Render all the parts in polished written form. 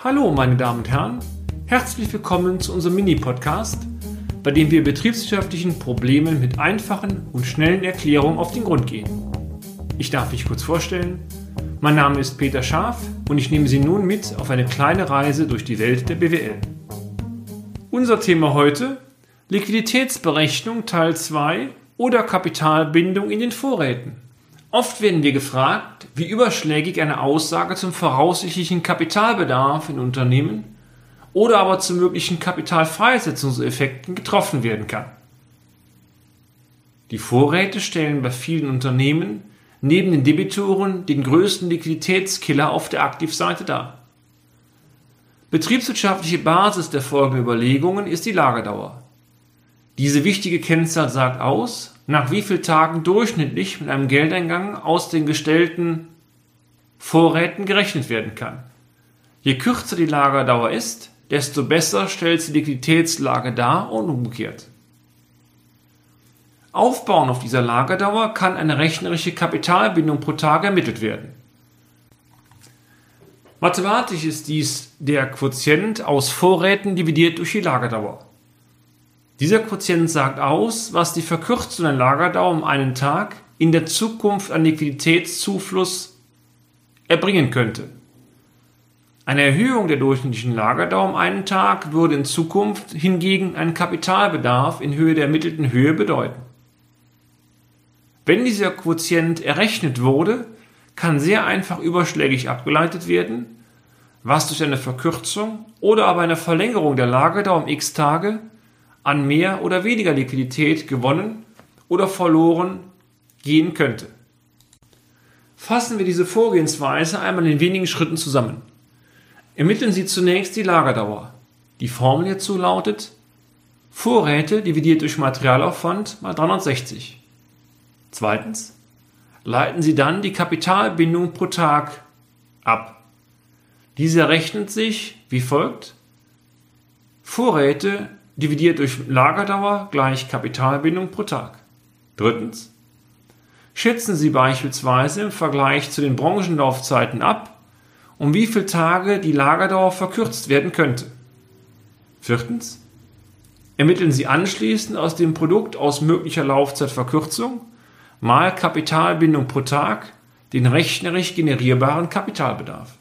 Hallo meine Damen und Herren, herzlich willkommen zu unserem Mini-Podcast, bei dem wir betriebswirtschaftlichen Problemen mit einfachen und schnellen Erklärungen auf den Grund gehen. Ich darf mich kurz vorstellen, mein Name ist Peter Scharf und ich nehme Sie nun mit auf eine kleine Reise durch die Welt der BWL. Unser Thema heute: Liquiditätsberechnung Teil 2 oder Kapitalbindung in den Vorräten. Oft werden wir gefragt, wie überschlägig eine Aussage zum voraussichtlichen Kapitalbedarf in Unternehmen oder aber zu möglichen Kapitalfreisetzungseffekten getroffen werden kann. Die Vorräte stellen bei vielen Unternehmen neben den Debitoren den größten Liquiditätskiller auf der Aktivseite dar. Betriebswirtschaftliche Basis der folgenden Überlegungen ist die Lagerdauer. Diese wichtige Kennzahl sagt aus, nach wie vielen Tagen durchschnittlich mit einem Geldeingang aus den gestellten Vorräten gerechnet werden kann. Je kürzer die Lagerdauer ist, desto besser stellt die Liquiditätslage dar und umgekehrt. Aufbauend auf dieser Lagerdauer kann eine rechnerische Kapitalbindung pro Tag ermittelt werden. Mathematisch ist dies der Quotient aus Vorräten dividiert durch die Lagerdauer. Dieser Quotient sagt aus, was die Verkürzung der Lagerdauer um einen Tag in der Zukunft an Liquiditätszufluss erbringen könnte. Eine Erhöhung der durchschnittlichen Lagerdauer um einen Tag würde in Zukunft hingegen einen Kapitalbedarf in Höhe der ermittelten Höhe bedeuten. Wenn dieser Quotient errechnet wurde, kann sehr einfach überschlägig abgeleitet werden, was durch eine Verkürzung oder aber eine Verlängerung der Lagerdauer um x Tage an mehr oder weniger Liquidität gewonnen oder verloren gehen könnte. Fassen wir diese Vorgehensweise einmal in wenigen Schritten zusammen. Ermitteln Sie zunächst die Lagerdauer. Die Formel hierzu lautet Vorräte dividiert durch Materialaufwand mal 360. Zweitens, leiten Sie dann die Kapitalbindung pro Tag ab. Diese errechnet sich wie folgt: Vorräte dividiert durch Lagerdauer gleich Kapitalbindung pro Tag. Drittens, schätzen Sie beispielsweise im Vergleich zu den Branchenlaufzeiten ab, um wie viele Tage die Lagerdauer verkürzt werden könnte. Viertens, ermitteln Sie anschließend aus dem Produkt aus möglicher Laufzeitverkürzung mal Kapitalbindung pro Tag den rechnerisch generierbaren Kapitalbedarf.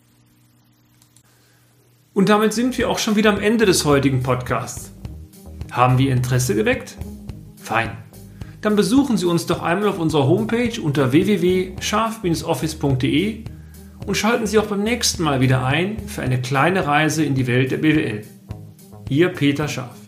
Und damit sind wir auch schon wieder am Ende des heutigen Podcasts. Haben wir Interesse geweckt? Fein. Dann besuchen Sie uns doch einmal auf unserer Homepage unter www.scharf-office.de und schalten Sie auch beim nächsten Mal wieder ein für eine kleine Reise in die Welt der BWL. Ihr Peter Scharf.